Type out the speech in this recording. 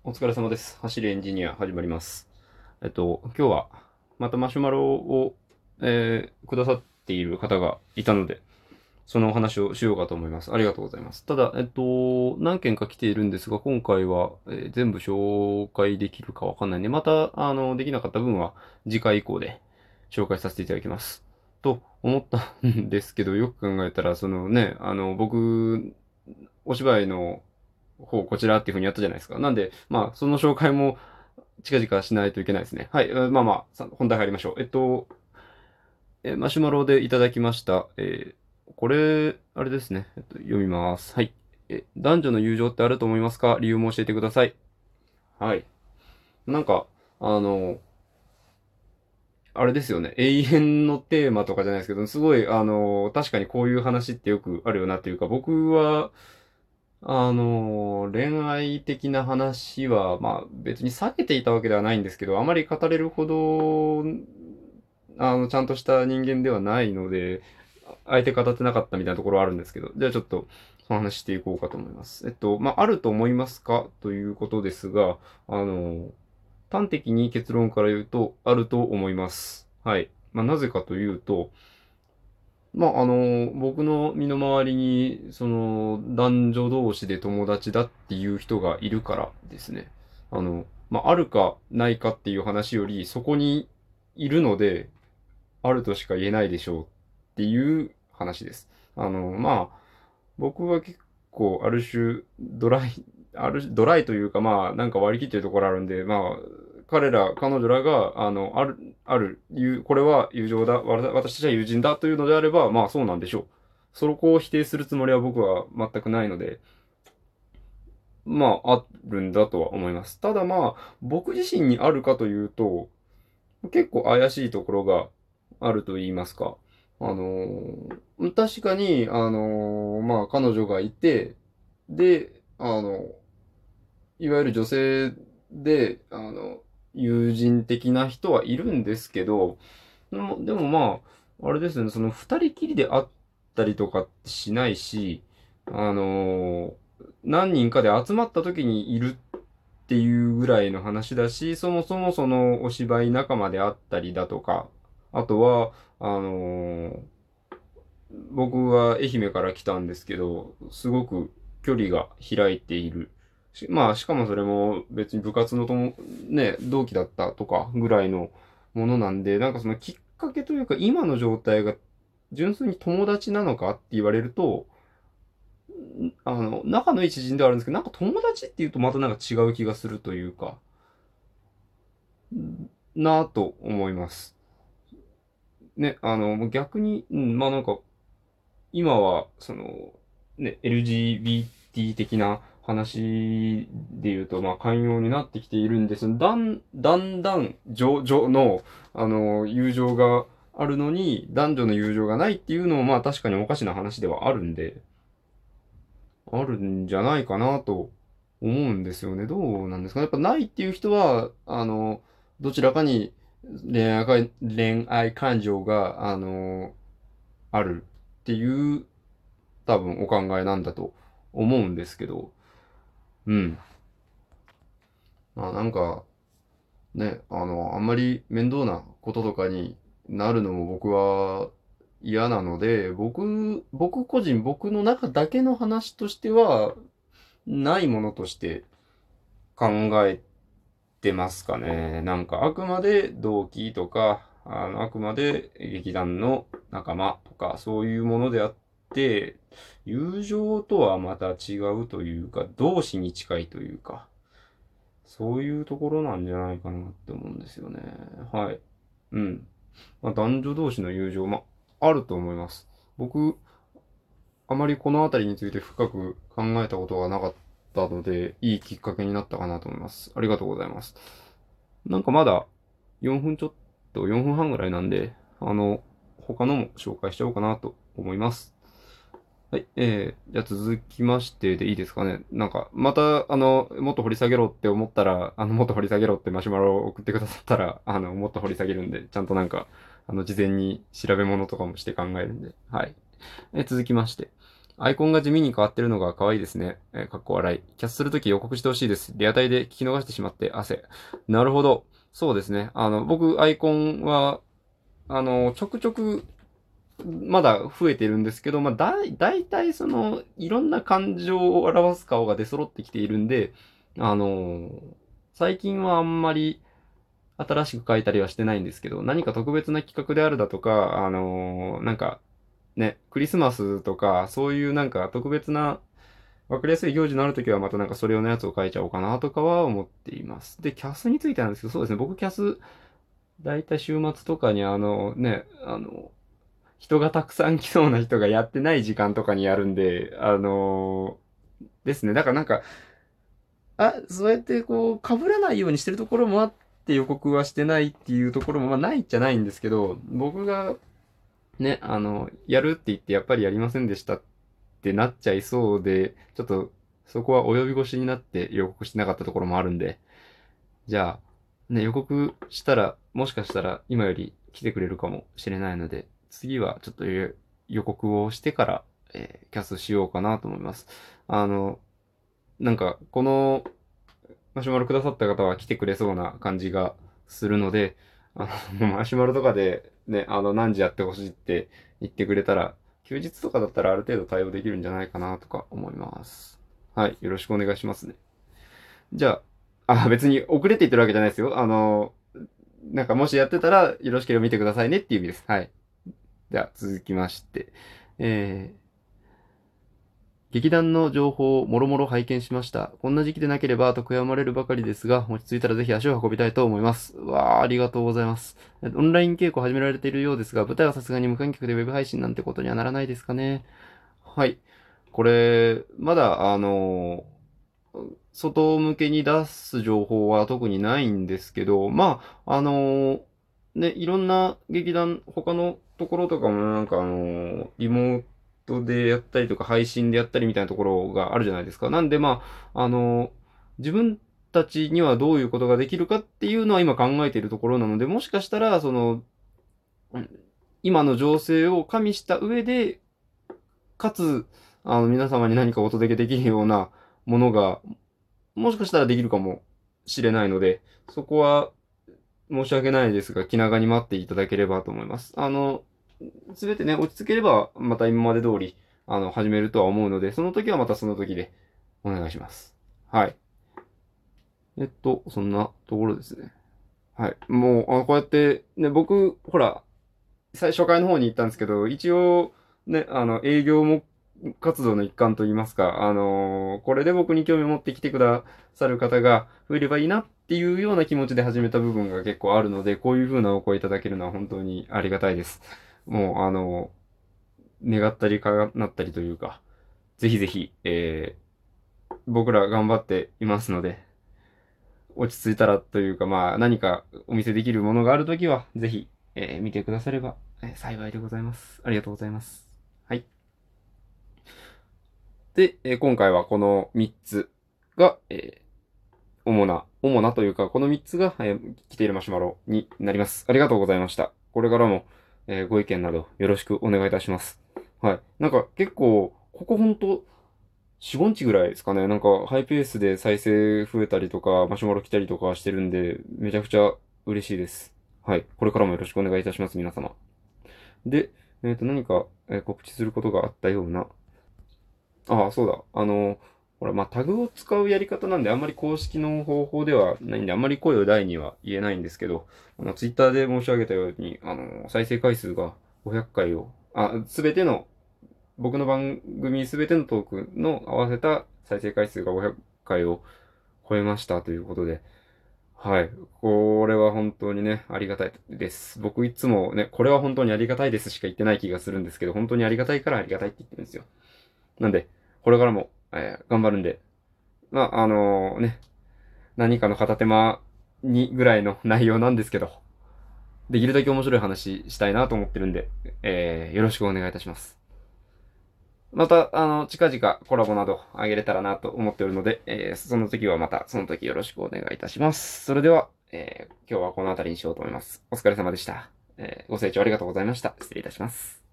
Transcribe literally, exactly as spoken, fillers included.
お疲れ様です。走りエンジニア始まります。えっと、今日はまたマシュマロを、えーくださっている方がいたので、そのお話をしようかと思います。ありがとうございます。ただ、えっと、何件か来ているんですが、今回は、えー全部紹介できるかわかんないんで、また、あの、できなかった分は次回以降で紹介させていただきます。と思ったんですけど、よく考えたら、そのね、あの、僕、お芝居の方、こちらっていう風にやったじゃないですか。なんで、まあ、その紹介も近々しないといけないですね。はい。まあまあ、さ本題入りましょう。えっと、えーマシュマロでいただきました。えーこれ、あれですね。えっと、読みます。はい。え、男女の友情ってあると思いますか？理由も教えてください。はい。なんか、あの、あれですよね。永遠のテーマとかじゃないですけど、すごい、あの、確かにこういう話ってよくあるよなっていうか、僕は、あの、恋愛的な話は、まあ別に避けていたわけではないんですけど、あまり語れるほど、あの、ちゃんとした人間ではないので、相手語ってなかったみたいなところはあるんですけど、じゃあちょっと、その話していこうかと思います。えっと、まあ、あると思いますかということですが、あの、端的に結論から言うと、あると思います。はい。まあ、なぜかというと、まあ、あの、僕の身の回りに、その、男女同士で友達だっていう人がいるからですね。あの、まあ、あるかないかっていう話より、そこにいるので、あるとしか言えないでしょうっていう話です。あの、まあ、僕は結構、ある種、ドライ、ある、ドライというか、まあ、なんか割り切ってるところあるんで、まあ、彼ら、彼女らが、あの、ある、ある、いう、これは友情だ、わた私たちは友人だというのであれば、まあ、そうなんでしょう。そこを否定するつもりは僕は全くないので、まあ、あるんだとは思います。ただまあ、僕自身にあるかというと、結構怪しいところがあると言いますか。あのー確かに、あのーまあ、彼女がいて、で、あの、いわゆる女性で、あの、友人的な人はいるんですけど、でも、でもまあ、あれですね、その二人きりで会ったりとかしないし、あのー何人かで集まった時にいるっていうぐらいの話だし、そもそもそのお芝居仲間であったりだとか、あとは、あのー僕は愛媛から来たんですけど、すごく距離が開いている。しまあ、しかもそれも別に部活のとも、ね、同期だったとかぐらいのものなんで、なんかそのきっかけというか今の状態が純粋に友達なのかって言われると、あの、仲のいい知人ではあるんですけど、なんか友達っていうとまたなんか違う気がするというか、なぁと思います。ね、あの、逆に、うん、まあなんか、今は、その、ね、エルジービーティー 的な話で言うと、まあ寛容になってきているんです。だん、だんだん、情、情の、あの、友情があるのに、男女の友情がないっていうのも、まあ確かにおかしな話ではあるんで、あるんじゃないかなと思うんですよね。どうなんですかね。やっぱないっていう人は、あの、どちらかに恋愛か、恋愛感情が、あの、あるっていう多分お考えなんだと思うんですけど、うん。まあなんかね、あの、あんまり面倒なこととかになるのも僕は嫌なので、僕、僕個人、僕の中だけの話としては、ないものとして考えてますかね。なんかあくまで同期とか、あの、あくまで劇団の仲間とか、そういうものであって、友情とはまた違うというか、同志に近いというか、そういうところなんじゃないかなって思うんですよね。はい。うん。まあ、男女同士の友情、まあ、あると思います。僕、あまりこのあたりについて深く考えたことがなかったので、いいきっかけになったかなと思います。ありがとうございます。なんかまだよんぷんちょっと、よんぷんはんぐらいなんで、あの、他のも紹介しちゃおうかなと思います。はい、えー、じゃあ続きましてでいいですかね。なんか、また、あの、もっと掘り下げろって思ったら、あの、もっと掘り下げろってマシュマロを送ってくださったら、あの、もっと掘り下げるんで、ちゃんとなんか、あの、事前に調べ物とかもして考えるんで、はい。えー続きまして。 アイコンが地味に変わってるのが可愛いですね。えー、かっこ笑い。キャスするとき予告してほしいです。リアタイで聞き逃してしまって汗。なるほど。そうですね。あの、僕、アイコンは、あの、ちょくちょく、まだ増えてるんですけど、まあ、だい、だいたいその、いろんな感情を表す顔が出揃ってきているんで、あの、最近はあんまり新しく書いたりはしてないんですけど、何か特別な企画であるだとか、あの、なんか、ね、クリスマスとか、そういうなんか特別なわかりやすい行事のあるときはまたなんかそれ用のやつを書いちゃおうかなとかは思っています。で、キャスについてなんですけど、そうですね、僕キャス、だいたい週末とかにあのね、あの、人がたくさん来そうな人がやってない時間とかにやるんで、あのですね。だからなんか、あ、そうやってこう、被らないようにしてるところもあって予告はしてないっていうところも、まあないじゃないんですけど、僕がね、あの、やるって言ってやっぱりやりませんでしたってなっちゃいそうで、ちょっとそこは及び腰になって予告してなかったところもあるんで、じゃあ、ね、予告したら、もしかしたら今より来てくれるかもしれないので、次はちょっと予告をしてから、えーキャスしようかなと思います。あの、なんか、このマシュマロくださった方は来てくれそうな感じがするので、あの、マシュマロとかでね、あの、何時やってほしいって言ってくれたら、休日とかだったらある程度対応できるんじゃないかなとか思います。はい、よろしくお願いしますね。じゃあ、あ、別に遅れって言ってるわけじゃないですよ。あの、なんかもしやってたらよろしければ見てくださいねっていう意味です。はい。では、続きまして。えー劇団の情報をもろもろ拝見しました。こんな時期でなければと悔やまれるばかりですが、落ち着いたらぜひ足を運びたいと思います。わあ、ありがとうございます。オンライン稽古始められているようですが、舞台はさすがに無観客でウェブ配信なんてことにはならないですかね。はい。これ、まだ、あの、外向けに出す情報は特にないんですけど、まあ、あの、ね、いろんな劇団、他のところとかもなんかあの、リモートでやったりとか配信でやったりみたいなところがあるじゃないですか。なんでまあ、あの、自分たちにはどういうことができるかっていうのは今考えているところなので、もしかしたら、その、今の情勢を加味した上で、かつ、あの、皆様に何かお届けできるようなものが、もしかしたらできるかもしれないので、そこは申し訳ないですが、気長に待っていただければと思います。あの、すべてね、落ち着ければ、また今まで通り、あの、始めるとは思うので、その時はまたその時でお願いします。はい。えっと、そんなところですね。はい。もう、あこうやって、ね、僕、ほら、最初回の方に行ったんですけど、一応、ね、あの、営業も活動の一環といいますか、あのーこれで僕に興味を持ってきてくださる方が増えればいいなっていうような気持ちで始めた部分が結構あるので、こういう風なお声いただけるのは本当にありがたいです。もう、あのー願ったり叶ったりというか、ぜひぜひ、えー、僕ら頑張っていますので、落ち着いたらというか、まあ、何かお見せできるものがあるときは、ぜひ、えー見てくだされば、えー幸いでございます。ありがとうございます。はい。で、えー今回はこのみっつが、えー主な、主なというか、このみっつが、えー来ているマシュマロになります。ありがとうございました。これからも、えーご意見などよろしくお願いいたします。はい。なんか結構、ここほんと、よん、ご日ぐらいですかね。なんか、ハイペースで再生増えたりとか、マシュマロ来たりとかしてるんで、めちゃくちゃ嬉しいです。はい。これからもよろしくお願いいたします、皆様。で、えっと、何か、えー告知することがあったような。ああ、そうだ。あの、ほら、まあ、タグを使うやり方なんで、あんまり公式の方法ではないんで、あんまり声を大には言えないんですけど、あの、ツイッターで申し上げたように、あの、再生回数がごひゃっかいを、あ、すべての僕の番組すべてのトークの合わせた再生回数がごひゃっかいを超えましたということで、はい。これは本当にね、ありがたいです。僕いつもね、これは本当にありがたいですしか言ってない気がするんですけど、本当にありがたいからありがたいって言ってるんですよ。なんで、これからも、えー頑張るんで、まあ、あのね、何かの片手間にぐらいの内容なんですけど、できるだけ面白い話したいなと思ってるんで、えーよろしくお願いいたします。また、あの、近々コラボなどあげれたらなと思っておるので、えーその時はまた、その時よろしくお願いいたします。それでは、えー今日はこの辺りにしようと思います。お疲れ様でした。えーご清聴ありがとうございました。失礼いたします。